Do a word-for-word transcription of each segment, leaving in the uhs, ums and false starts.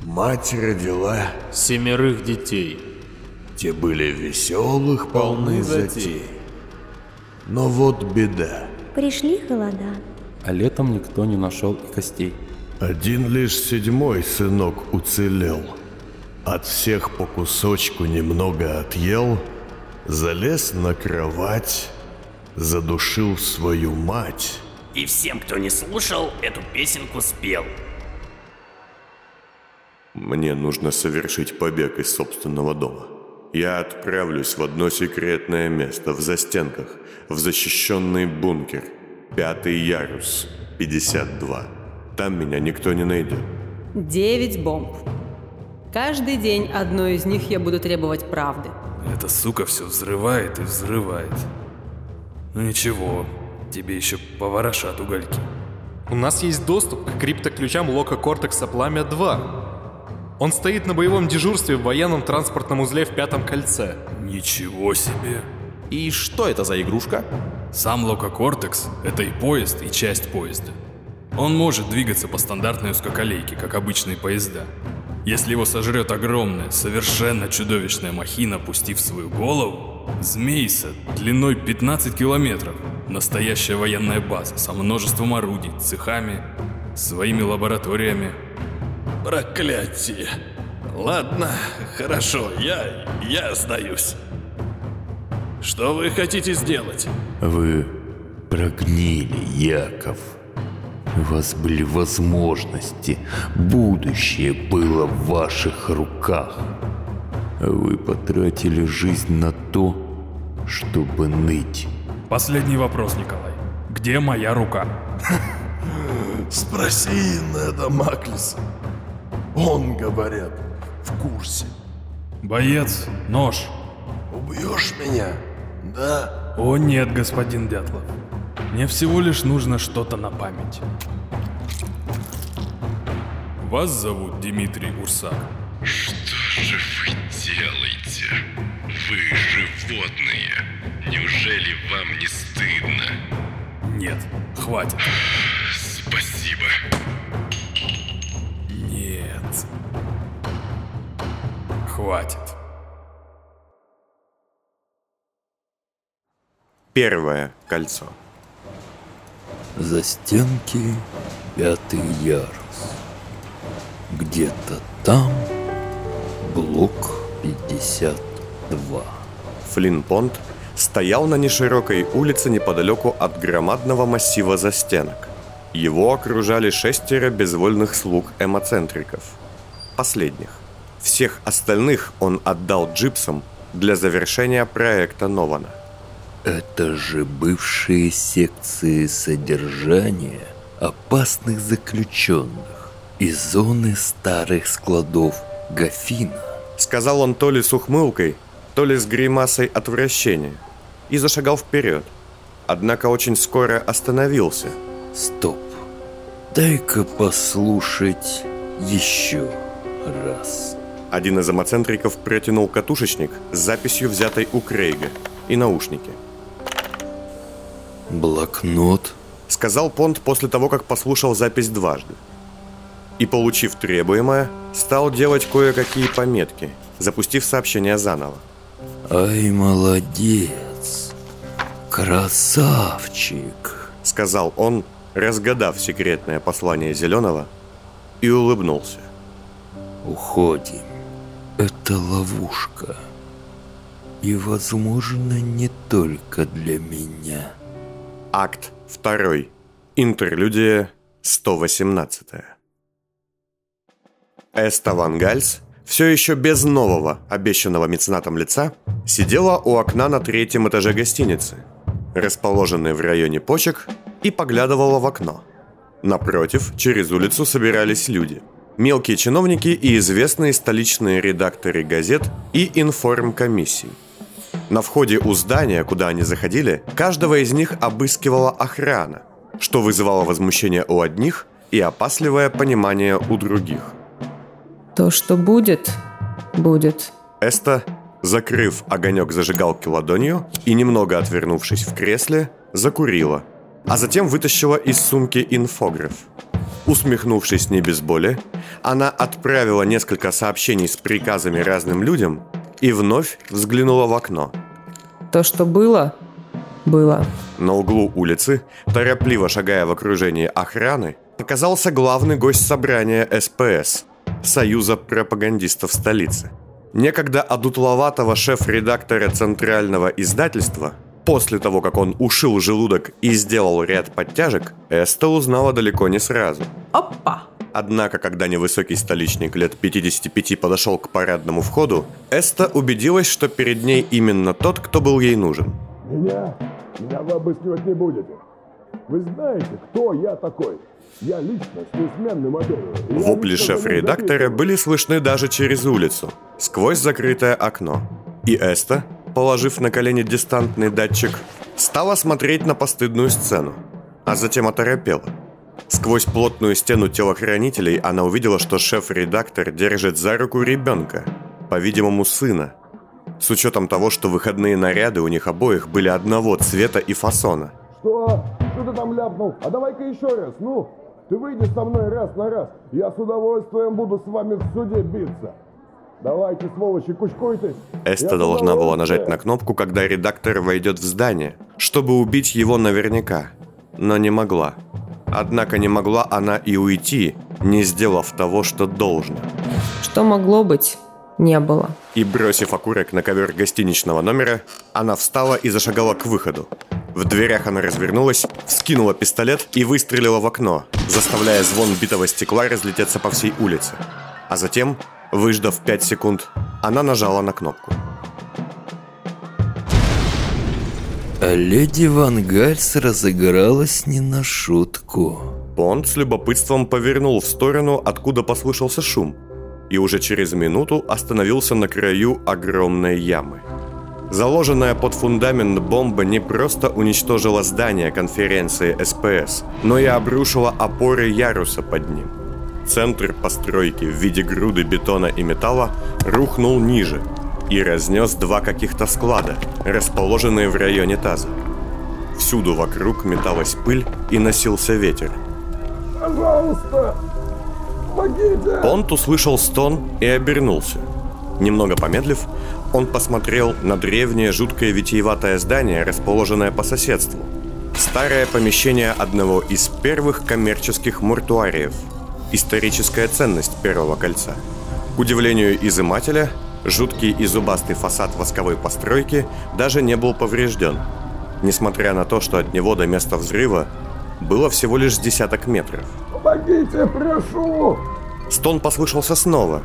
Мать родила семерых детей. Те были веселых, полны затей. Но вот беда. Пришли холода. А летом никто не нашел и костей. Один лишь седьмой сынок уцелел. От всех по кусочку немного отъел, залез на кровать, задушил свою мать. И всем, кто не слушал, эту песенку спел. Мне нужно совершить побег из собственного дома. Я отправлюсь в одно секретное место в застенках, в защищенный бункер. Пятый ярус, пятьдесят два. Там меня никто не найдет. Девять бомб. Каждый день одной из них я буду требовать правды. Эта сука все взрывает и взрывает. Ну ничего, тебе еще поворошат угольки. У нас есть доступ к криптоключам Лока Кортекса Пламя два. Он стоит на боевом дежурстве в военном транспортном узле в Пятом кольце. Ничего себе. И что это за игрушка? Сам Лока Кортекс — это и поезд, и часть поезда. Он может двигаться по стандартной узкоколейке, как обычные поезда. Если его сожрет огромная, совершенно чудовищная махина, пустив свою голову, Змейса длиной пятнадцать километров, настоящая военная база со множеством орудий, цехами, своими лабораториями. Проклятие. Ладно, хорошо, я, я сдаюсь. Что вы хотите сделать? Вы прогнили, Яков. У вас были возможности, будущее было в ваших руках. Вы потратили жизнь на то, чтобы ныть. Последний вопрос, Николай. Где моя рука? Спроси Неда Маклиса. Он, говорят, в курсе. Боец, нож. Убьешь меня, да? О нет, господин Дятлов. Мне всего лишь нужно что-то на память. Вас зовут Дмитрий Урсак. Что же вы делаете? Вы животные. Неужели вам не стыдно? Нет, хватит. Спасибо. Нет. Хватит. Первое кольцо. Застенки, пятый ярус. Где-то там блок пятьдесят два. Флинпонт стоял на неширокой улице неподалеку от громадного массива застенок. Его окружали шестеро безвольных слуг эмоцентриков. Последних. Всех остальных он отдал джипсам для завершения проекта Нована. Это же бывшие секции содержания опасных заключенных и зоны старых складов Гафина. Сказал он то ли с ухмылкой, то ли с гримасой отвращения, и зашагал вперед. Однако очень скоро остановился. Стоп. Дай-ка послушать еще раз. Один из эмоцентриков протянул катушечник с записью, взятой у Крейга, и наушники. «Блокнот», — сказал Понт после того, как послушал запись дважды. И, получив требуемое, стал делать кое-какие пометки, запустив сообщение заново. «Ай, молодец! Красавчик!» — сказал он, разгадав секретное послание Зеленого, и улыбнулся. «Уходим. Это ловушка. И, возможно, не только для меня». Акт второй. Интерлюдия сто восемнадцатая. Эста Ван Гальс, все еще без нового, обещанного меценатом лица, сидела у окна на третьем этаже гостиницы, расположенной в районе почек, и поглядывала в окно. Напротив, через улицу собирались люди. Мелкие чиновники и известные столичные редакторы газет и информкомиссий. На входе у здания, куда они заходили, каждого из них обыскивала охрана, что вызывало возмущение у одних и опасливое понимание у других. То, что будет, будет. Эста, закрыв огонек зажигалки ладонью и немного отвернувшись в кресле, закурила, а затем вытащила из сумки инфограф. Усмехнувшись не без боли, она отправила несколько сообщений с приказами разным людям и вновь взглянула в окно. То, что было, было. На углу улицы, торопливо шагая в окружении охраны, оказался главный гость собрания эс пэ эс – Союза пропагандистов столицы. Некогда одутловатого шеф-редактора центрального издательства, после того, как он ушил желудок и сделал ряд подтяжек, Эста узнала далеко не сразу. Опа! Однако, когда невысокий столичник лет пятидесяти пяти подошел к парадному входу, Эста убедилась, что перед ней именно тот, кто был ей нужен. Меня? Меня вы обыскивать не будете. Вы знаете, кто я такой? Я лично с неизменной моделью. Вопли шеф-редактора были слышны даже через улицу, сквозь закрытое окно. И Эста, положив на колени дистантный датчик, стала смотреть на постыдную сцену, а затем оторопела. Сквозь плотную стену телохранителей она увидела, что шеф-редактор держит за руку ребенка, по-видимому, сына. С учетом того, что выходные наряды у них обоих были одного цвета и фасона. Что? Что ты там ляпнул? А давай-ка еще раз, ну! Ты выйди со мной раз на раз, я с удовольствием буду с вами в суде биться. Давайте, сволочи, кучкуйтесь. Эста должна была нажать на кнопку, когда редактор войдет в здание, чтобы убить его наверняка, но не могла. Однако не могла она и уйти, не сделав того, что должно. Что могло быть, не было. И, бросив окурок на ковер гостиничного номера, она встала и зашагала к выходу. В дверях она развернулась, вскинула пистолет и выстрелила в окно, заставляя звон битого стекла разлететься по всей улице. А затем, выждав пять секунд, она нажала на кнопку. А леди Ван Гальс разыгралась не на шутку. Бонд с любопытством повернул в сторону, откуда послышался шум, и уже через минуту остановился на краю огромной ямы. Заложенная под фундамент бомба не просто уничтожила здание конференции эс пэ эс, но и обрушила опоры яруса под ним. Центр постройки в виде груды бетона и металла рухнул ниже и разнес два каких-то склада, расположенные в районе таза. Всюду вокруг металась пыль и носился ветер. Пожалуйста, помогите! Бонд услышал стон и обернулся. Немного помедлив, он посмотрел на древнее жуткое витиеватое здание, расположенное по соседству. Старое помещение одного из первых коммерческих мортуариев. Историческая ценность Первого кольца. К удивлению изымателя, жуткий и зубастый фасад восковой постройки даже не был поврежден, несмотря на то, что от него до места взрыва было всего лишь десяток метров. Помогите, прошу! Стон послышался снова.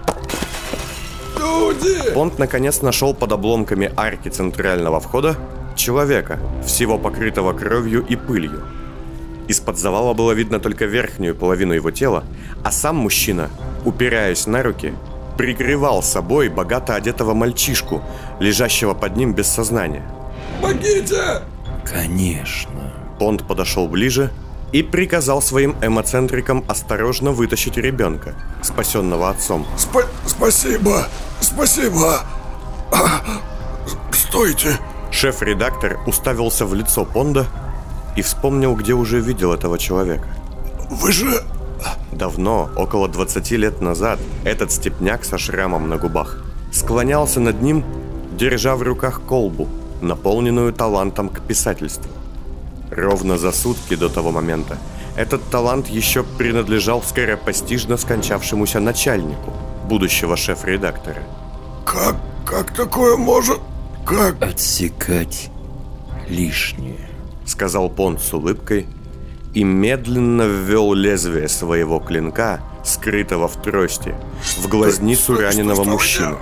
Люди! Бонд наконец нашел под обломками арки центрального входа человека, всего покрытого кровью и пылью. Из-под завала было видно только верхнюю половину его тела, а сам мужчина, упираясь на руки, прикрывал собой богато одетого мальчишку, лежащего под ним без сознания. Помогите! Конечно. Бонд подошел ближе и приказал своим эмоцентрикам осторожно вытащить ребенка, спасенного отцом. Спа- спасибо! Спасибо! А, стойте! Шеф-редактор уставился в лицо Бонда и вспомнил, где уже видел этого человека. Вы же... Давно, около двадцати лет назад, этот степняк со шрамом на губах склонялся над ним, держа в руках колбу, наполненную талантом к писательству. Ровно за сутки до того момента этот талант еще принадлежал скоропостижно скончавшемуся начальнику, будущего шеф-редактора. Как, как такое может... Как... Отсекать лишнее, сказал Бонд с улыбкой и медленно ввел лезвие своего клинка, скрытого в трости, в глазницу раненого мужчины.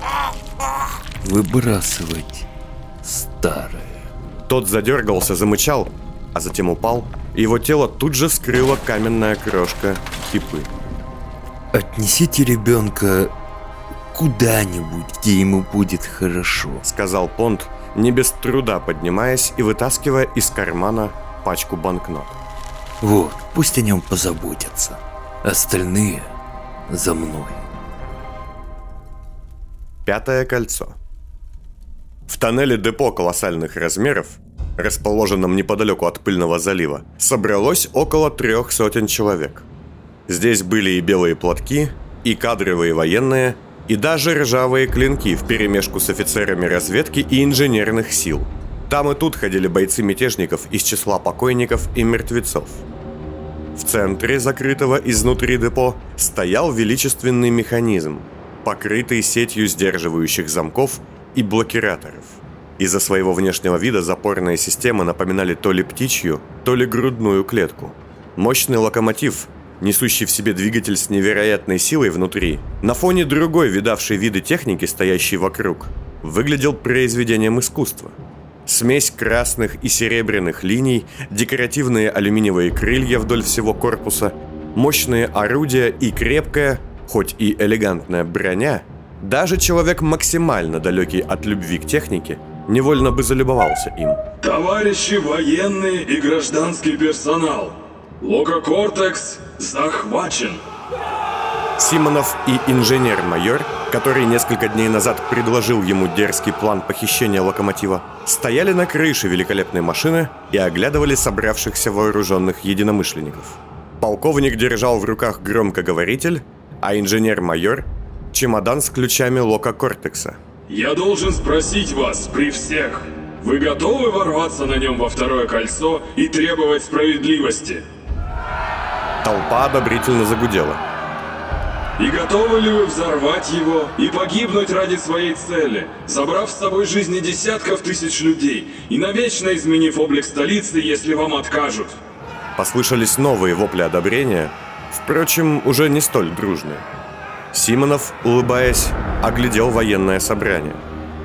Выбрасывать старое. Тот задергался, замычал, а затем упал, и его тело тут же скрыла каменная крошка и пыль. Отнесите ребенка куда-нибудь, где ему будет хорошо, сказал Бонд, не без труда поднимаясь и вытаскивая из кармана пачку банкнот. Вот, пусть о нем позаботятся. Остальные за мной. Пятое кольцо. В тоннеле депо колоссальных размеров, расположенном неподалеку от пыльного залива, собралось около трех сотен человек. Здесь были и белые платки, и кадровые военные, и даже ржавые клинки вперемешку с офицерами разведки и инженерных сил. Там и тут ходили бойцы мятежников из числа покойников и мертвецов. В центре закрытого изнутри депо стоял величественный механизм, покрытый сетью сдерживающих замков и блокираторов. Из-за своего внешнего вида запорные системы напоминали то ли птичью, то ли грудную клетку. Мощный локомотив, несущий в себе двигатель с невероятной силой внутри, на фоне другой видавшей виды техники, стоящей вокруг, выглядел произведением искусства. Смесь красных и серебряных линий, декоративные алюминиевые крылья вдоль всего корпуса, мощные орудия и крепкая, хоть и элегантная броня. Даже человек, максимально далекий от любви к технике, невольно бы залюбовался им. Товарищи военные и гражданский персонал, Лококортекс захвачен. Симонов и инженер-майор, который несколько дней назад предложил ему дерзкий план похищения локомотива, стояли на крыше великолепной машины и оглядывали собравшихся вооруженных единомышленников. Полковник держал в руках громкоговоритель, а инженер-майор – чемодан с ключами Лококортекса. Я должен спросить вас при всех, вы готовы ворваться на нем во второе кольцо и требовать справедливости? Толпа одобрительно загудела. И готовы ли вы взорвать его и погибнуть ради своей цели, забрав с собой жизни десятков тысяч людей и навечно изменив облик столицы, если вам откажут? Послышались новые вопли одобрения, впрочем, уже не столь дружные. Симонов, улыбаясь, оглядел военное собрание.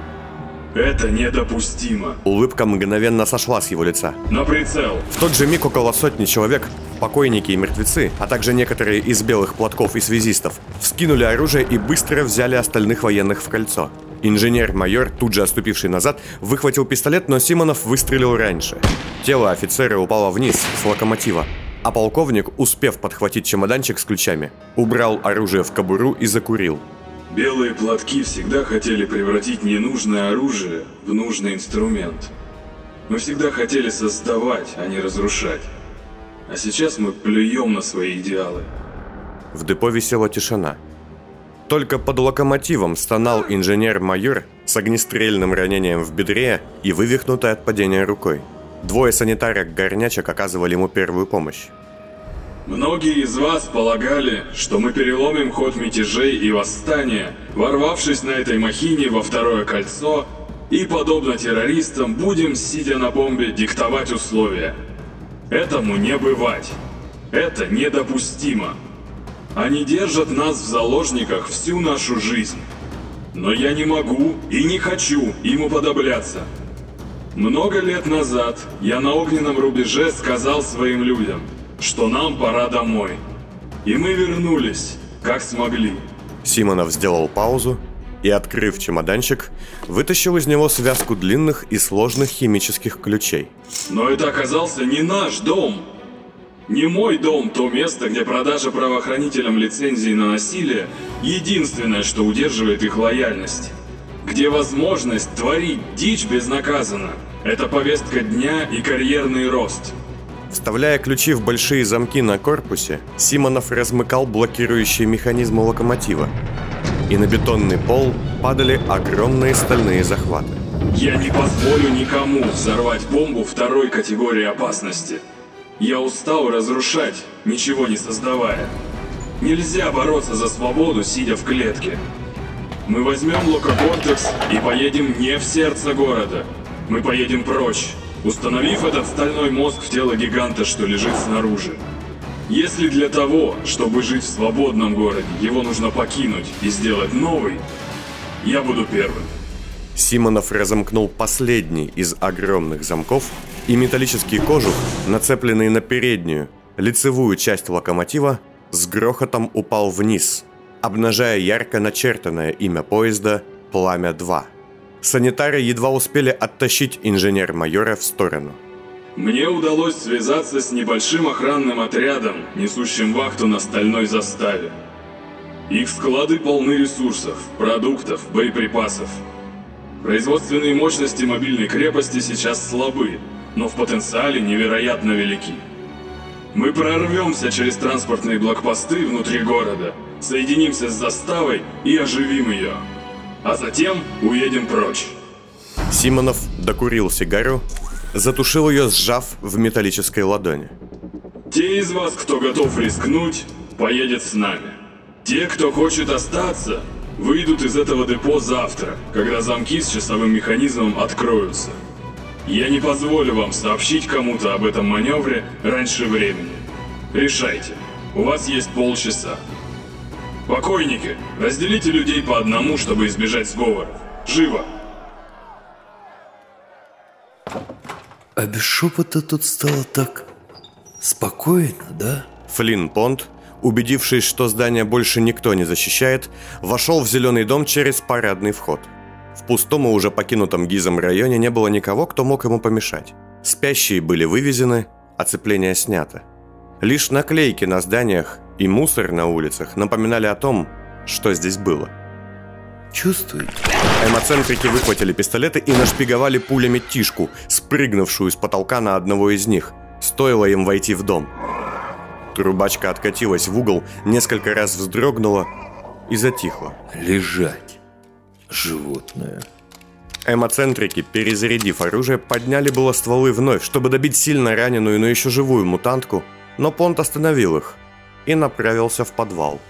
Это недопустимо. Улыбка мгновенно сошла с его лица. На прицел. В тот же миг около сотни человек, покойники и мертвецы, а также некоторые из белых платков и связистов, вскинули оружие и быстро взяли остальных военных в кольцо. Инженер-майор, тут же отступивший назад, выхватил пистолет, но Симонов выстрелил раньше. Тело офицера упало вниз с локомотива, а полковник, успев подхватить чемоданчик с ключами, убрал оружие в кобуру и закурил. Белые платки всегда хотели превратить ненужное оружие в нужный инструмент. Мы всегда хотели создавать, а не разрушать. А сейчас мы плюем на свои идеалы. В депо висела тишина. Только под локомотивом стонал инженер-майор с огнестрельным ранением в бедре и вывихнутой от падения рукой. Двое санитарок-горнячек оказывали ему первую помощь. Многие из вас полагали, что мы переломим ход мятежей и восстания, ворвавшись на этой махине во второе кольцо, и, подобно террористам, будем, сидя на бомбе, диктовать условия. Этому не бывать. Это недопустимо. Они держат нас в заложниках всю нашу жизнь. Но я не могу и не хочу им уподобляться. Много лет назад я на огненном рубеже сказал своим людям, что нам пора домой. И мы вернулись, как смогли. Симонов сделал паузу и, открыв чемоданчик, вытащил из него связку длинных и сложных химических ключей. Но это оказался не наш дом. Не мой дом, то место, где продажа правоохранителям лицензии на насилие – единственное, что удерживает их лояльность. Где возможность творить дичь безнаказанно – это повестка дня и карьерный рост. Вставляя ключи в большие замки на корпусе, Симонов размыкал блокирующие механизмы локомотива, и на бетонный пол падали огромные стальные захваты. Я не позволю никому взорвать бомбу второй категории опасности. Я устал разрушать, ничего не создавая. Нельзя бороться за свободу, сидя в клетке. Мы возьмем Лококортекс и поедем не в сердце города. Мы поедем прочь, установив этот стальной мозг в тело гиганта, что лежит снаружи. Если для того, чтобы жить в свободном городе, его нужно покинуть и сделать новый, я буду первым. Симонов разомкнул последний из огромных замков, и металлический кожух, нацепленный на переднюю, лицевую часть локомотива, с грохотом упал вниз, обнажая ярко начертанное имя поезда «Пламя-два». Санитары едва успели оттащить инженер-майора в сторону. Мне удалось связаться с небольшим охранным отрядом, несущим вахту на стальной заставе. Их склады полны ресурсов, продуктов, боеприпасов. Производственные мощности мобильной крепости сейчас слабы, но в потенциале невероятно велики. Мы прорвемся через транспортные блокпосты внутри города, соединимся с заставой и оживим ее. А затем уедем прочь. Симонов докурил сигару, затушил ее, сжав в металлической ладони. Те из вас, кто готов рискнуть, поедет с нами. Те, кто хочет остаться, выйдут из этого депо завтра, когда замки с часовым механизмом откроются. Я не позволю вам сообщить кому-то об этом маневре раньше времени. Решайте. У вас есть полчаса. Покойники, разделите людей по одному, чтобы избежать сговоров. Живо! А без шепота тут стало так спокойно, да? Флинн Понт, убедившись, что здание больше никто не защищает, вошел в зеленый дом через парадный вход. В пустом и уже покинутом Гизом районе не было никого, кто мог ему помешать. Спящие были вывезены, оцепление снято. Лишь наклейки на зданиях и мусор на улицах напоминали о том, что здесь было. Чувствуете? Эмоцентрики выхватили пистолеты и нашпиговали пулями Тишку, спрыгнувшую с потолка на одного из них. Стоило им войти в дом. Трубачка откатилась в угол, несколько раз вздрогнула и затихла. Лежать, животное. Эмоцентрики, перезарядив оружие, подняли было стволы вновь, чтобы добить сильно раненую, но еще живую мутантку, но Понт остановил их и направился в подвал.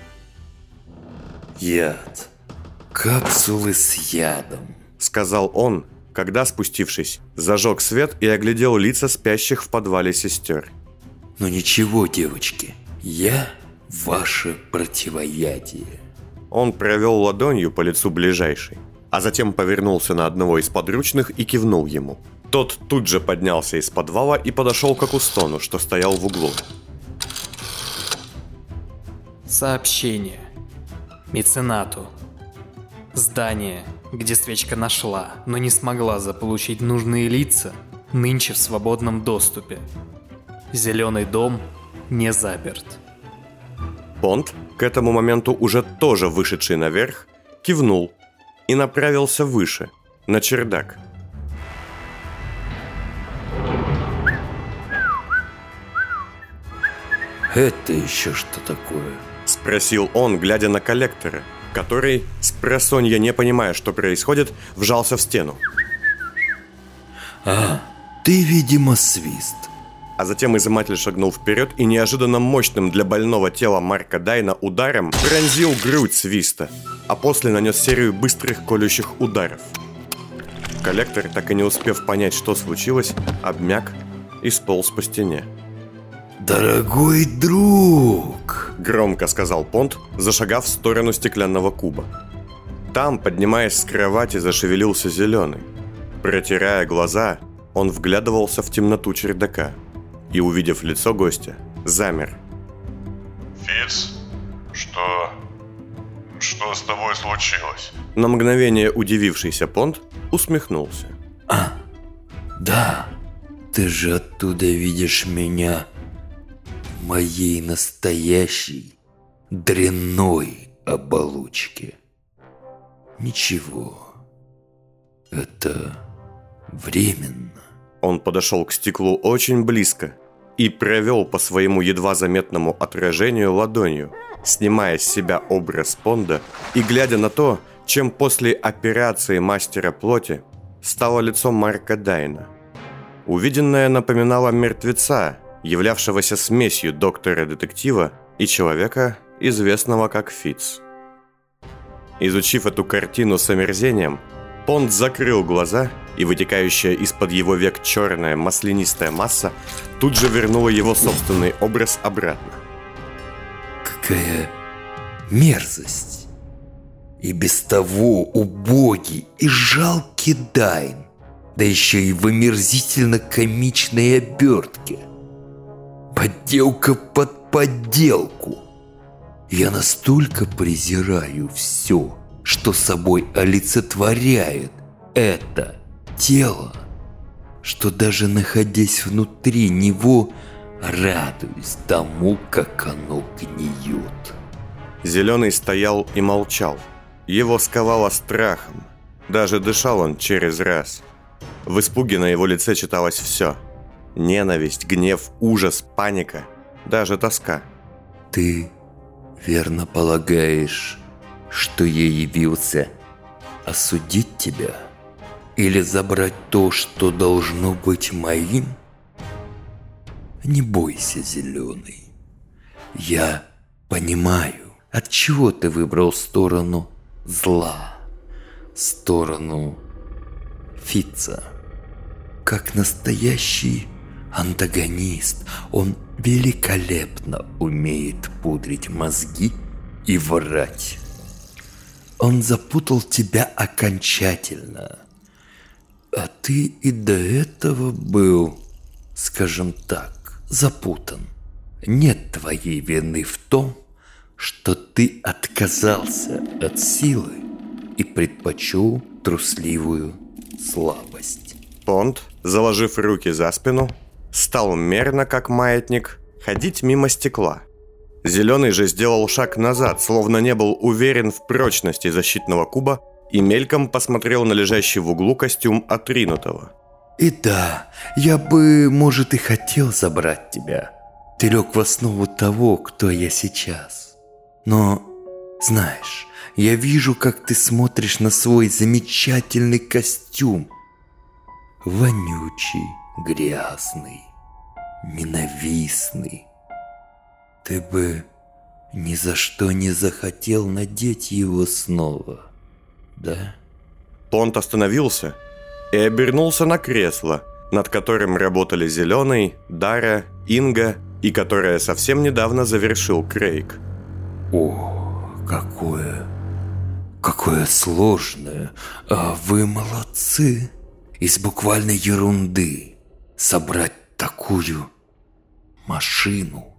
Яд. Капсулы с ядом, сказал он, когда, спустившись, зажег свет и оглядел лица спящих в подвале сестер. Но ничего, девочки, я ваше противоядие. Он провел ладонью по лицу ближайшей, а затем повернулся на одного из подручных и кивнул ему. Тот тут же поднялся из подвала и подошел к Акустону, что стоял в углу. Сообщение. Меценату. Здание, где свечка нашла, но не смогла заполучить нужные лица, нынче в свободном доступе. Зеленый дом не заперт. Понт, к этому моменту уже тоже вышедший наверх, кивнул и направился выше, на чердак. Это еще что такое? Спросил он, глядя на коллектора, который, спросонья не понимая, что происходит, вжался в стену. А, ты, видимо, свист. А затем изыматель шагнул вперед и неожиданно мощным для больного тела Марка Дайна ударом пронзил грудь свиста, а после нанес серию быстрых колющих ударов. Коллектор, так и не успев понять, что случилось, обмяк и сполз по стене. «Дорогой друг!» — громко сказал Понт, зашагав в сторону стеклянного куба. Там, поднимаясь с кровати, зашевелился зеленый. Протирая глаза, он вглядывался в темноту чердака и, увидев лицо гостя, замер. «Фиц, что... что с тобой случилось?» На мгновение удивившийся Понт усмехнулся. «А, да, ты же оттуда видишь меня в моей настоящей дрянной оболочке. Ничего, это временно». Он подошел к стеклу очень близко и провел по своему едва заметному отражению ладонью, снимая с себя образ Понда и глядя на то, чем после операции мастера плоти стало лицо Марка Дайна. Увиденное напоминало мертвеца, являвшегося смесью доктора-детектива и человека, известного как Фиц. Изучив эту картину с омерзением, Понт закрыл глаза, и вытекающая из-под его век черная маслянистая масса тут же вернула его собственный образ обратно. Какая мерзость! И без того убогий и жалкий Дайн, да еще и в омерзительно-комичной обертке. Подделка под подделку. Я настолько презираю все, что собой олицетворяет это тело, что даже находясь внутри него, радуюсь тому, как оно гниет. Зеленый стоял и молчал. Его сковало страхом. Даже дышал он через раз. В испуге на его лице читалось все. Ненависть, гнев, ужас, паника. даже тоска. Ты верно полагаешь, что я явился осудить тебя или забрать то, что должно быть моим? Не бойся, Зеленый. Я понимаю, отчего ты выбрал сторону зла, сторону Фитца. Как настоящий антагонист, он великолепно умеет пудрить мозги и врать. Он запутал тебя окончательно. А ты и до этого был, скажем так, запутан. Нет твоей вины в том, что ты отказался от силы и предпочел трусливую слабость. Понт, заложив руки за спину, стал мерно, как маятник, ходить мимо стекла. Зеленый же сделал шаг назад, словно не был уверен в прочности защитного куба, и мельком посмотрел на лежащий в углу костюм отринутого. И да, я бы, может, и хотел забрать тебя. Ты лег в основу того, кто я сейчас. Но, знаешь, я вижу, как ты смотришь на свой замечательный костюм. Вонючий, грязный, ненавистный. Ты бы ни за что не захотел надеть его снова, да? Понт остановился и обернулся на кресло, над которым работали Зеленый, Дара, Инга и которое совсем недавно завершил Крейг. О, какое, какое сложное, а вы молодцы. Из буквальной ерунды собрать такую машину.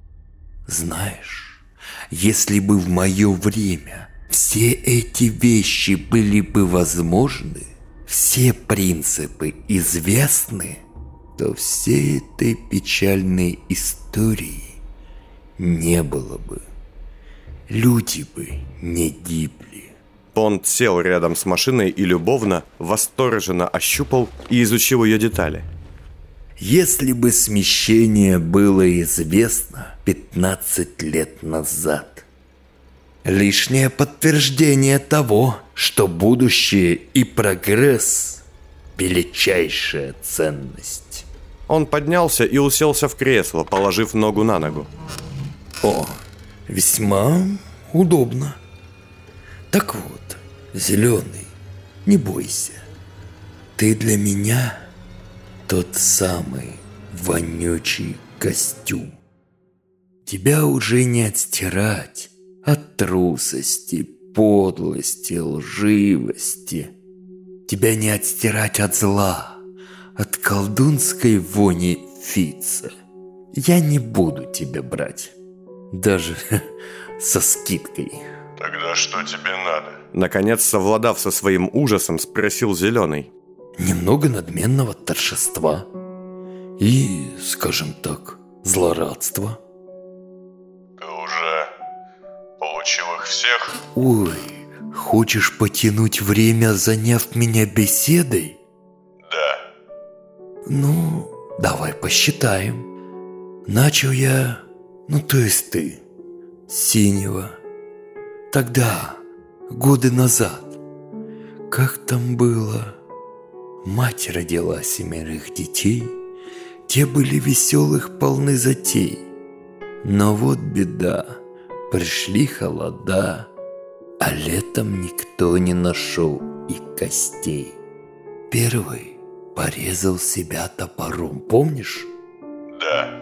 Знаешь, если бы в мое время все эти вещи были бы возможны, все принципы известны, то всей этой печальной истории не было бы. Люди бы не гибли. Понт сел рядом с машиной и любовно, восторженно ощупал и изучил ее детали. Если бы смещение было известно пятнадцать лет назад, лишнее подтверждение того, что будущее и прогресс – величайшая ценность. Он поднялся и уселся в кресло, положив ногу на ногу. О, весьма удобно. Так вот, Зеленый, не бойся. Ты для меня тот самый вонючий костюм. Тебя уже не отстирать от трусости, подлости, лживости. Тебя не отстирать от зла, от колдунской вони Фитца. Я не буду тебя брать, даже со скидкой. Тогда что тебе надо? Наконец, совладав со своим ужасом, спросил Зеленый. Немного надменного торжества и, скажем так, злорадства. Ты уже получил их всех? Ой, хочешь потянуть время, заняв меня беседой? Да. Ну, давай посчитаем. Начал я, ну то есть ты, с синего. Тогда, годы назад, как там было? Мать родила семерых детей, те были веселых, полны затей. Но вот беда, пришли холода, а летом никто не нашел и костей. Первый порезал себя топором, помнишь? Да.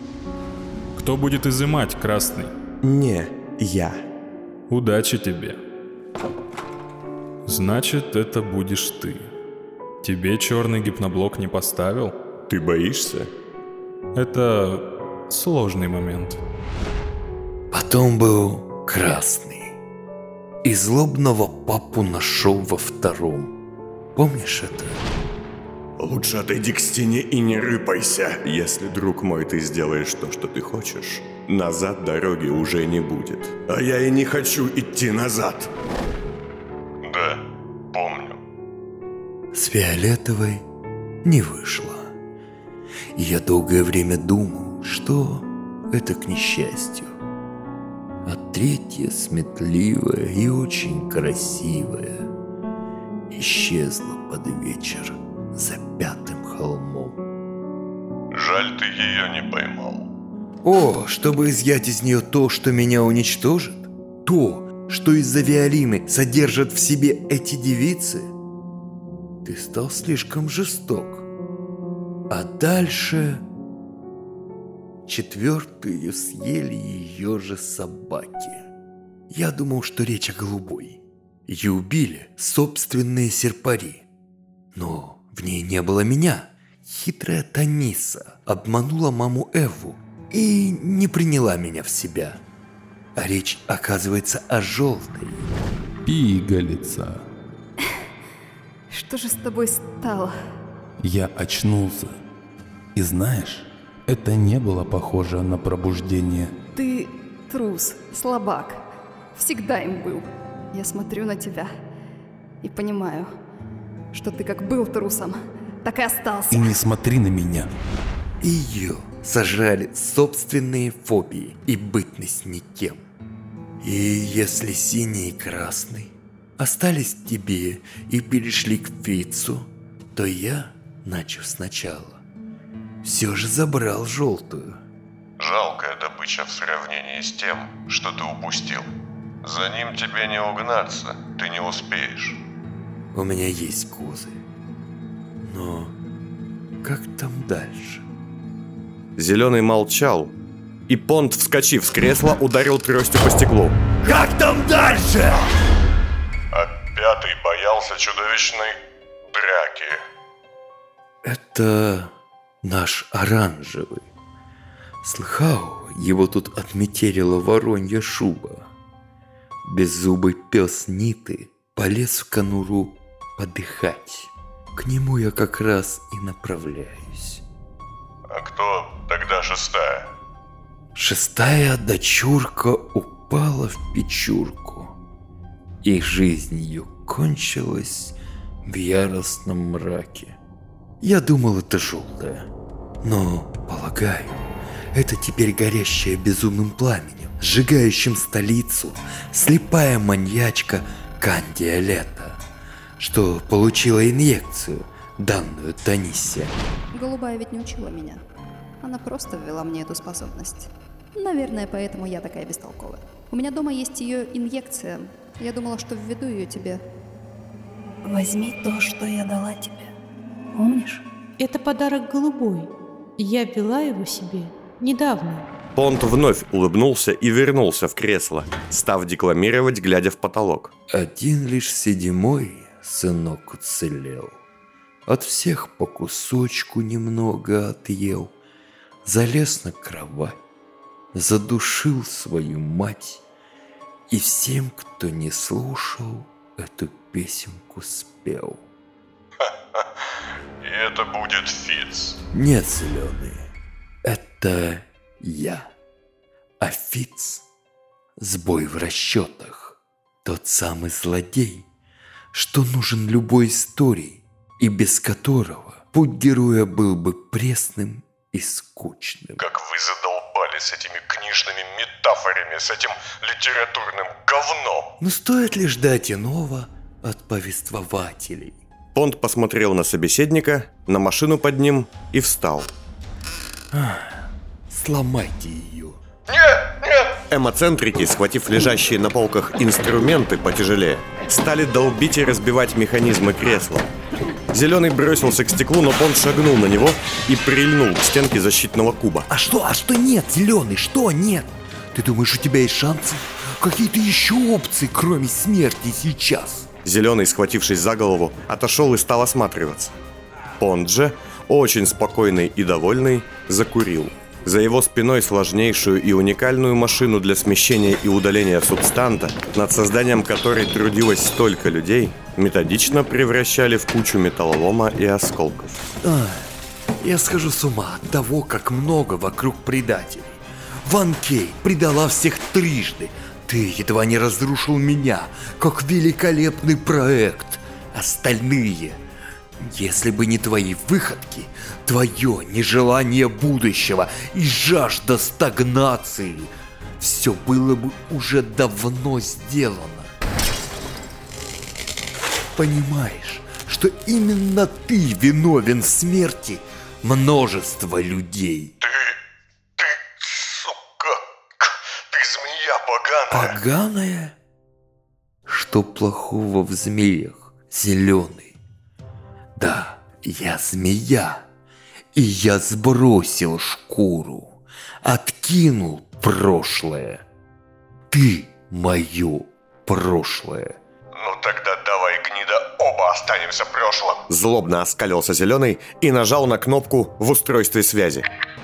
Кто будет изымать, Красный? Не, я. Удачи тебе. Значит, это будешь ты. Тебе черный гипноблок не поставил? Ты боишься? Это сложный момент. Потом был Красный. И злобного папу нашел во втором. Помнишь это? Лучше отойди к стене и не рыпайся. Если, друг мой, ты сделаешь то, что ты хочешь, назад дороги уже не будет. А я и не хочу идти назад. Да, помню. С фиолетовой не вышло. И я долгое время думал, что это к несчастью. А третья, сметливая и очень красивая, исчезла под вечер за пятым холмом. Жаль, ты ее не поймал. О, чтобы изъять из нее то, что меня уничтожит? То, что из-за Виолины содержат в себе эти девицы? Ты стал слишком жесток. А дальше... Четвертую съели ее же собаки. Я думал, что речь о голубой. Ее убили собственные серпари. Но в ней не было меня. Хитрая Таниса обманула маму Эву и не приняла меня в себя. А речь, оказывается, о желтой. Пигалица. Что же с тобой стало? Я очнулся. И знаешь, это не было похоже на пробуждение. Ты трус, слабак. Всегда им был. Я смотрю на тебя и понимаю, что ты как был трусом, так и остался. И не смотри на меня. Ее сожрали собственные фобии и бытность никем. И если синий и красный остались в тебе и перешли к Фицу, то я, начав сначала, все же забрал желтую. Жалкая добыча в сравнении с тем, что ты упустил. За ним тебе не угнаться, ты не успеешь. У меня есть козы. Но как там дальше? Зеленый молчал, и Понт, вскочив с кресла, ударил тростью по стеклу. Как там дальше? А пятый боялся чудовищной драки. Это наш оранжевый. Слыхал, его тут отметелила воронья шуба. Беззубый пес Ниты полез в конуру подыхать. К нему я как раз и направляюсь. А кто тогда шестая? Шестая дочурка упала в печурку, и жизнь ее кончилась в яростном мраке. Я думал, это желтая, но, полагаю, это теперь горящая безумным пламенем, сжигающим столицу, слепая маньячка Кандия Лето, что получила инъекцию, данную Танисе. Голубая ведь не учила меня. Она просто ввела мне эту способность. Наверное, поэтому я такая бестолковая. У меня дома есть ее инъекция. Я думала, что введу ее тебе. Возьми то, что я дала тебе. Помнишь? Это подарок голубой. Я ввела его себе недавно. Понт вновь улыбнулся и вернулся в кресло, став декламировать, глядя в потолок. Один лишь седьмой сынок уцелел. От всех по кусочку немного отъел. Залез на кровать, задушил свою мать. И всем, кто не слушал, эту песенку спел. И это будет Фиц. Нет, зеленый, это я. А Фиц — сбой в расчетах. Тот самый злодей, что нужен любой истории, и без которого путь героя был бы пресным и скучным. Как вы задолбали с этими книжными метафорами, с этим литературным говном. Но стоит ли ждать иного от повествователей? Понт посмотрел на собеседника, на машину под ним и встал. Сломайте ее. Нет, нет! Эмоцентрики, схватив лежащие на полках инструменты потяжелее, стали долбить и разбивать механизмы кресла. Зеленый бросился к стеклу, но Понт шагнул на него и прильнул к стенке защитного куба. А что, а что нет, Зеленый, что нет? Ты думаешь, у тебя есть шансы? Какие-то еще опции, кроме смерти сейчас? Зеленый, схватившись за голову, отошел и стал осматриваться. Понт же, очень спокойный и довольный, закурил. За его спиной сложнейшую и уникальную машину для смещения и удаления субстанта, над созданием которой трудилось столько людей, методично превращали в кучу металлолома и осколков. Ах, я схожу с ума от того, как много вокруг предателей. Ван Кей предала всех трижды. Ты едва не разрушил меня, как великолепный проект. Остальные Если бы не твои выходки, твое нежелание будущего и жажда стагнации, все было бы уже давно сделано. Понимаешь, что именно ты виновен в смерти множества людей. Ты... ты, сука, ты змея поганая. Поганая? Что плохого в змеях, зеленый? Да, я змея, и я сбросил шкуру, откинул прошлое. Ты мое прошлое. Ну тогда давай, гнида, оба останемся прошлым. Злобно оскалился Зеленый и нажал на кнопку в устройстве связи.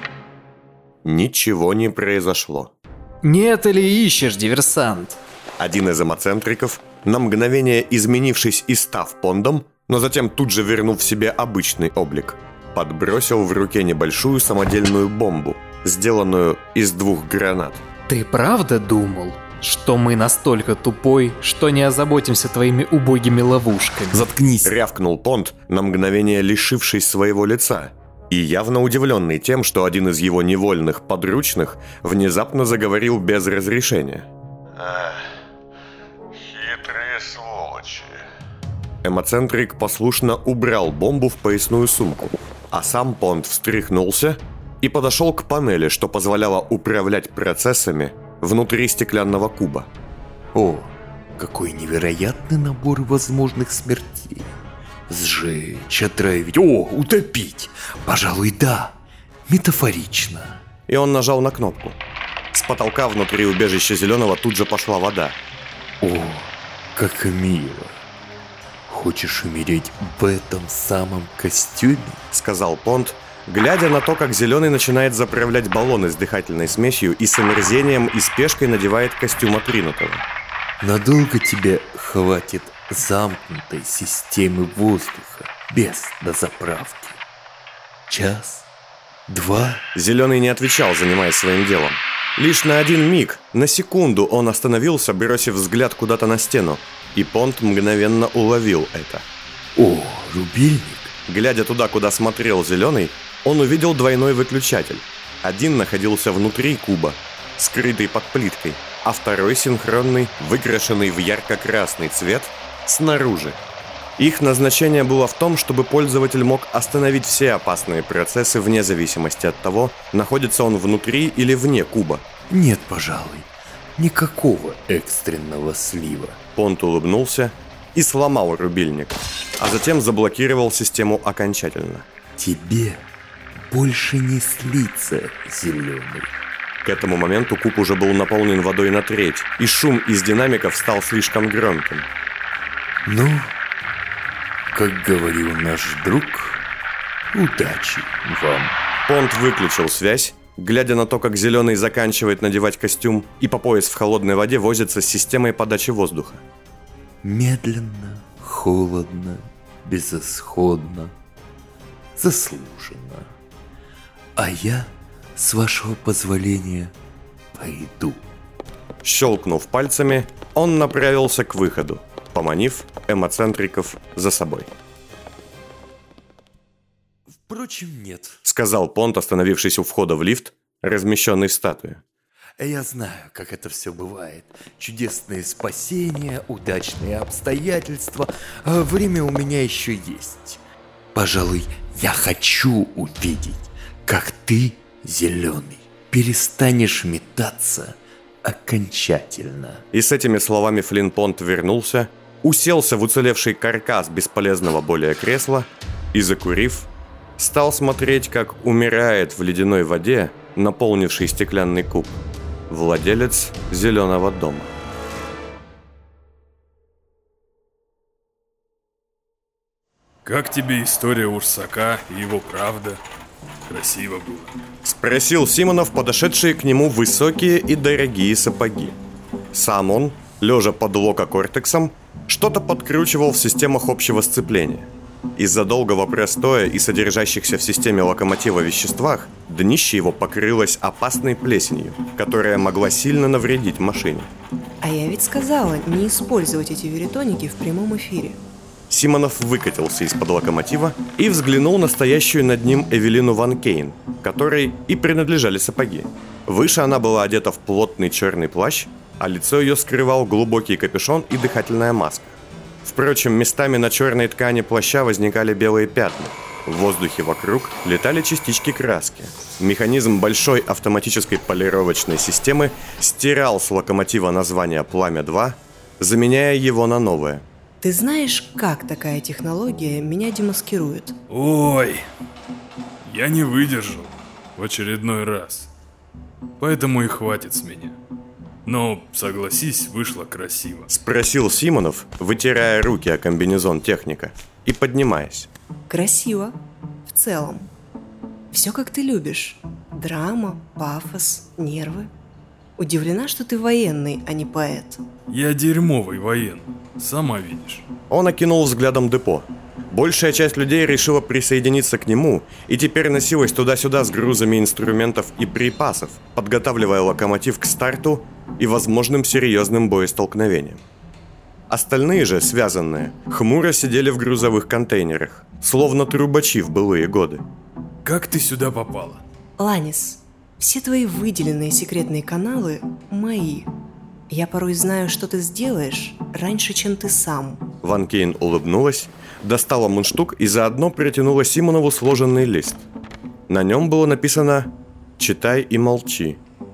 Ничего не произошло. Не это ли ищешь, диверсант? Один из эмоцентриков, на мгновение изменившись и став Пондом, но затем тут же вернув себе обычный облик, подбросил в руке небольшую самодельную бомбу, сделанную из двух гранат. Ты правда думал, что мы настолько тупой, что не озаботимся твоими убогими ловушками? Заткнись! Рявкнул Понд, на мгновение лишившись своего лица, и явно удивленный тем, что один из его невольных подручных внезапно заговорил без разрешения. Ах, хитрые сволочи. Эмоцентрик послушно убрал бомбу в поясную сумку, а сам Понд встряхнулся и подошел к панели, что позволяло управлять процессами внутри стеклянного куба. О, какой невероятный набор возможных смертей. Сжечь, отравить, о, утопить. Пожалуй, да, метафорично. И он нажал на кнопку. С потолка внутри убежища Зеленого тут же пошла вода. О, как мило. Хочешь умереть в этом самом костюме? Сказал Понд, глядя на то, как Зеленый начинает заправлять баллоны с дыхательной смесью и с омерзением и спешкой надевает костюм отринутого. Надолго тебе хватит замкнутой системы воздуха без дозаправки? Час? Два? Зеленый не отвечал, занимаясь своим делом. Лишь на один миг, на секунду он остановился, бросив взгляд куда-то на стену, и Понд мгновенно уловил это. О, рубильник! Глядя туда, куда смотрел Зеленый, он увидел двойной выключатель. Один находился внутри куба, скрытый под плиткой, а второй синхронный, выкрашенный в ярко-красный цвет, снаружи. Их назначение было в том, чтобы пользователь мог остановить все опасные процессы вне зависимости от того, находится он внутри или вне куба. Нет, пожалуй, никакого экстренного слива. Понд улыбнулся и сломал рубильник, а затем заблокировал систему окончательно. Тебе больше не слиться, Зеленый. К этому моменту куб уже был наполнен водой на треть, и шум из динамиков стал слишком громким. Ну, как говорил наш друг, удачи вам. Понд выключил связь, глядя на то, как Зеленый заканчивает надевать костюм и по пояс в холодной воде возится с системой подачи воздуха. Медленно, холодно, безысходно, заслуженно. А я, с вашего позволения, пойду. Щелкнув пальцами, он направился к выходу, поманив эмоцентриков за собой. Впрочем, нет, сказал Понд, остановившись у входа в лифт, размещенный в статуе. Я знаю, как это все бывает. Чудесные спасения, удачные обстоятельства. А время у меня еще есть. Пожалуй, я хочу увидеть, как ты, Зеленый, перестанешь метаться окончательно. И с этими словами Флинн Понд вернулся, уселся в уцелевший каркас бесполезного более кресла и, закурив, стал смотреть, как умирает в ледяной воде наполнивший стеклянный куб владелец Зеленого дома. Как тебе история Урсака и его правда? Красиво было. Спросил Симонов, подошедшие к нему высокие и дорогие сапоги. Сам он, лежа под лококортексом, что-то подкручивал в системах общего сцепления. Из-за долгого простоя и содержащихся в системе локомотива веществах, днище его покрылось опасной плесенью, которая могла сильно навредить машине. А я ведь сказала не использовать эти веретоники в прямом эфире. Симонов выкатился из-под локомотива и взглянул на стоящую над ним Эвелину Ван Кейн, которой и принадлежали сапоги. Выше она была одета в плотный черный плащ, а лицо ее скрывал глубокий капюшон и дыхательная маска. Впрочем, местами на черной ткани плаща возникали белые пятна. В воздухе вокруг летали частички краски. Механизм большой автоматической полировочной системы стирал с локомотива название «Пламя-два», заменяя его на новое. Ты знаешь, как такая технология меня демаскирует? Ой, я не выдержал в очередной раз. Поэтому и хватит с меня. Но, согласись, вышло красиво. Спросил Симонов, вытирая руки о комбинезон техника и поднимаясь. Красиво. В целом. Все как ты любишь. Драма, пафос, нервы. Удивлена, что ты военный, а не поэт. Я дерьмовый военный, сама видишь. Он окинул взглядом депо. Большая часть людей решила присоединиться к нему и теперь носилась туда-сюда с грузами инструментов и припасов, подготавливая локомотив к старту и возможным серьезным боестолкновениям. Остальные же, связанные, хмуро сидели в грузовых контейнерах, словно трубачи в былые годы. Как ты сюда попала? Ланис, все твои выделенные секретные каналы мои. Я порой знаю, что ты сделаешь раньше, чем ты сам. Ван Кейн улыбнулась, достала мундштук и заодно протянула Симонову сложенный лист. На нем было написано «Читай и молчи».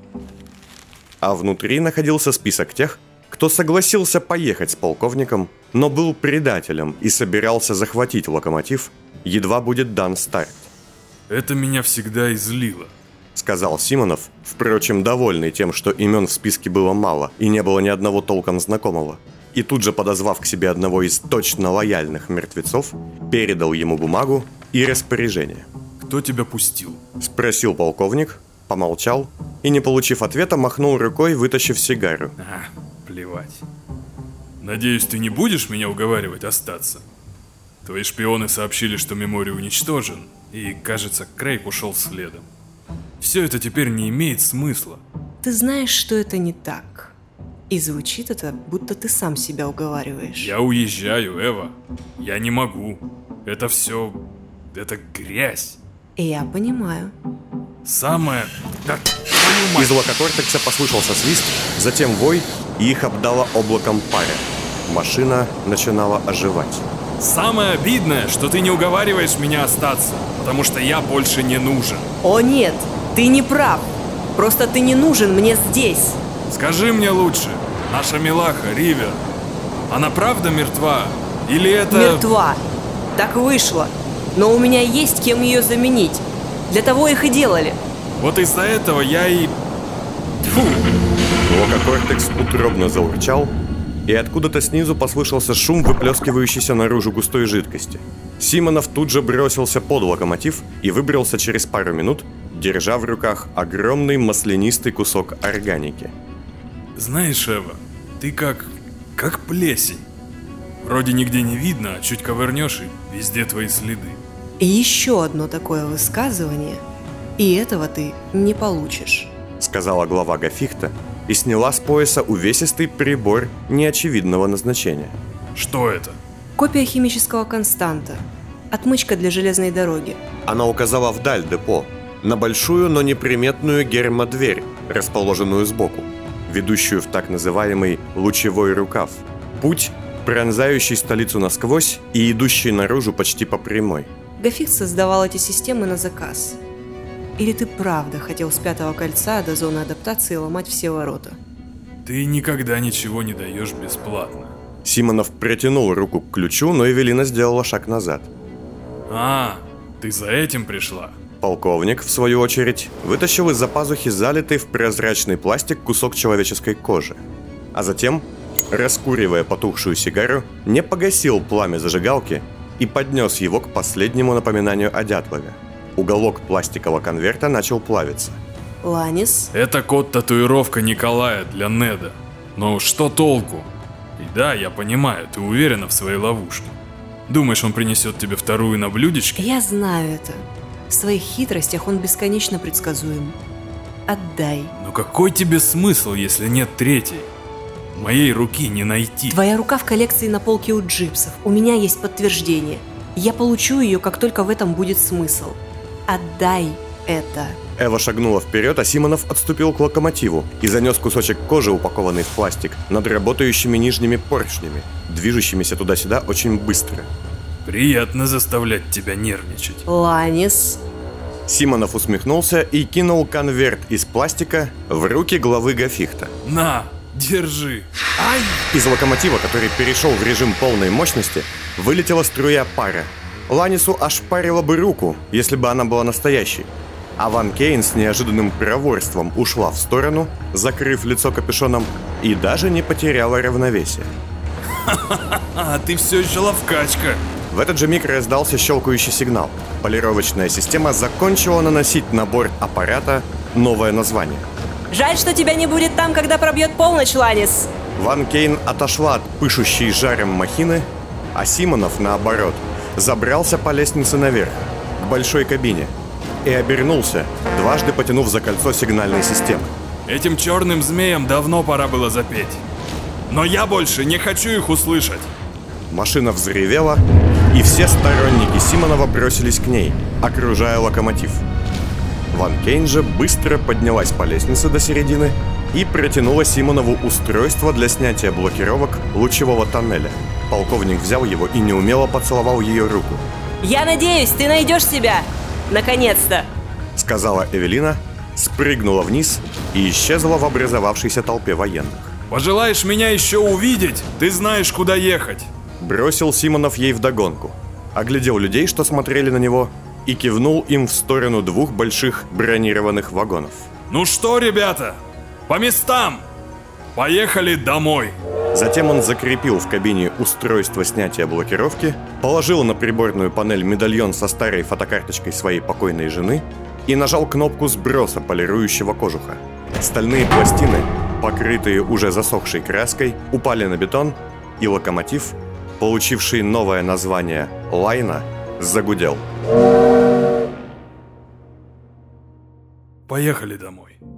А внутри находился список тех, кто согласился поехать с полковником, но был предателем и собирался захватить локомотив, едва будет дан старт. Это меня всегда излило, сказал Симонов, впрочем, довольный тем, что имен в списке было мало и не было ни одного толком знакомого. И тут же, подозвав к себе одного из точно лояльных мертвецов, передал ему бумагу и распоряжение. «Кто тебя пустил?» – спросил полковник, помолчал и, не получив ответа, махнул рукой, вытащив сигару. А, плевать. Надеюсь, ты не будешь меня уговаривать остаться? Твои шпионы сообщили, что Мемори уничтожен, и, кажется, Крейг ушел следом. Все это теперь не имеет смысла. Ты знаешь, что это не так. И звучит это, будто ты сам себя уговариваешь. Я уезжаю, Эва. Я не могу. Это все... это грязь. Я понимаю. Самое... Да, из лококортекса послышался свист, затем вой, и их обдало облаком паря. Машина начинала оживать. Самое обидное, что ты не уговариваешь меня остаться, потому что я больше не нужен. О нет, ты не прав. Просто ты не нужен мне здесь. Скажи мне лучше, наша милаха, Ривер, она правда мертва? Или это... Мертва. Так вышло. Но у меня есть кем ее заменить. Для того их и делали. Вот из-за этого я и... Фу! Лококортекс утробно заурчал, и откуда-то снизу послышался шум, выплескивающийся наружу густой жидкости. Симонов тут же бросился под локомотив и выбрался через пару минут, держа в руках огромный маслянистый кусок органики. Знаешь, Эва, ты как... как плесень. Вроде нигде не видно, а чуть ковырнешь и везде твои следы. И еще одно такое высказывание, и этого ты не получишь, сказала глава Гафихта и сняла с пояса увесистый прибор неочевидного назначения. Что это? Копия химического константа. Отмычка для железной дороги. Она указала вдаль депо, на большую, но неприметную гермодверь, расположенную сбоку, ведущую в так называемый лучевой рукав. Путь, пронзающий столицу насквозь и идущий наружу почти по прямой. Гафихт создавал эти системы на заказ. Или ты правда хотел с пятого кольца до зоны адаптации ломать все ворота? Ты никогда ничего не даешь бесплатно. Симонов протянул руку к ключу, но Эвелина сделала шаг назад. А, ты за этим пришла? Полковник, в свою очередь, вытащил из-за пазухи залитый в прозрачный пластик кусок человеческой кожи. А затем, раскуривая потухшую сигару, не погасил пламя зажигалки и поднес его к последнему напоминанию о Дятлове. Уголок пластикового конверта начал плавиться. Ланис? Это код-татуировка Николая для Неда. Но что толку? И да, я понимаю, ты уверена в своей ловушке. Думаешь, он принесет тебе вторую на блюдечке? Я знаю это. В своих хитростях он бесконечно предсказуем. Отдай. Но какой тебе смысл, если нет третьей? Моей руки не найти. Твоя рука в коллекции на полке у джипсов. У меня есть подтверждение. Я получу ее, как только в этом будет смысл. Отдай это. Эва шагнула вперед, а Симонов отступил к локомотиву и занес кусочек кожи, упакованный в пластик, над работающими нижними поршнями, движущимися туда-сюда очень быстро. Приятно заставлять тебя нервничать. Ланис. Симонов усмехнулся и кинул конверт из пластика в руки главы Гафихта. На, держи. Ай! Из локомотива, который перешел в режим полной мощности, вылетела струя пара. Ланису ошпарила бы руку, если бы она была настоящей. А Ван Кейн с неожиданным проворством ушла в сторону, закрыв лицо капюшоном, и даже не потеряла равновесие. Ха-ха-ха, ты все еще ловкачка. В этот же миг раздался щелкающий сигнал. Полировочная система закончила наносить на борт аппарата новое название. Жаль, что тебя не будет там, когда пробьет полночь, Ланис. Ван Кейн отошла от пышущей жаром махины, а Симонов, наоборот, забрался по лестнице наверх, к большой кабине, и обернулся, дважды потянув за кольцо сигнальной системы. Этим черным змеям давно пора было запеть. Но я больше не хочу их услышать. Машина взревела, и все сторонники Симонова бросились к ней, окружая локомотив. Ван Кейн же быстро поднялась по лестнице до середины и протянула Симонову устройство для снятия блокировок лучевого тоннеля. Полковник взял его и неумело поцеловал ее руку. «Я надеюсь, ты найдешь себя! Наконец-то!» Сказала Эвелина, спрыгнула вниз и исчезла в образовавшейся толпе военных. «Пожелаешь меня еще увидеть? Ты знаешь, куда ехать!» Бросил Симонов ей вдогонку, оглядел людей, что смотрели на него, и кивнул им в сторону двух больших бронированных вагонов. «Ну что, ребята, по местам! Поехали домой!» Затем он закрепил в кабине устройство снятия блокировки, положил на приборную панель медальон со старой фотокарточкой своей покойной жены и нажал кнопку сброса полирующего кожуха. Стальные пластины, покрытые уже засохшей краской, упали на бетон, и локомотив, получивший новое название «Лайна», загудел. Поехали домой.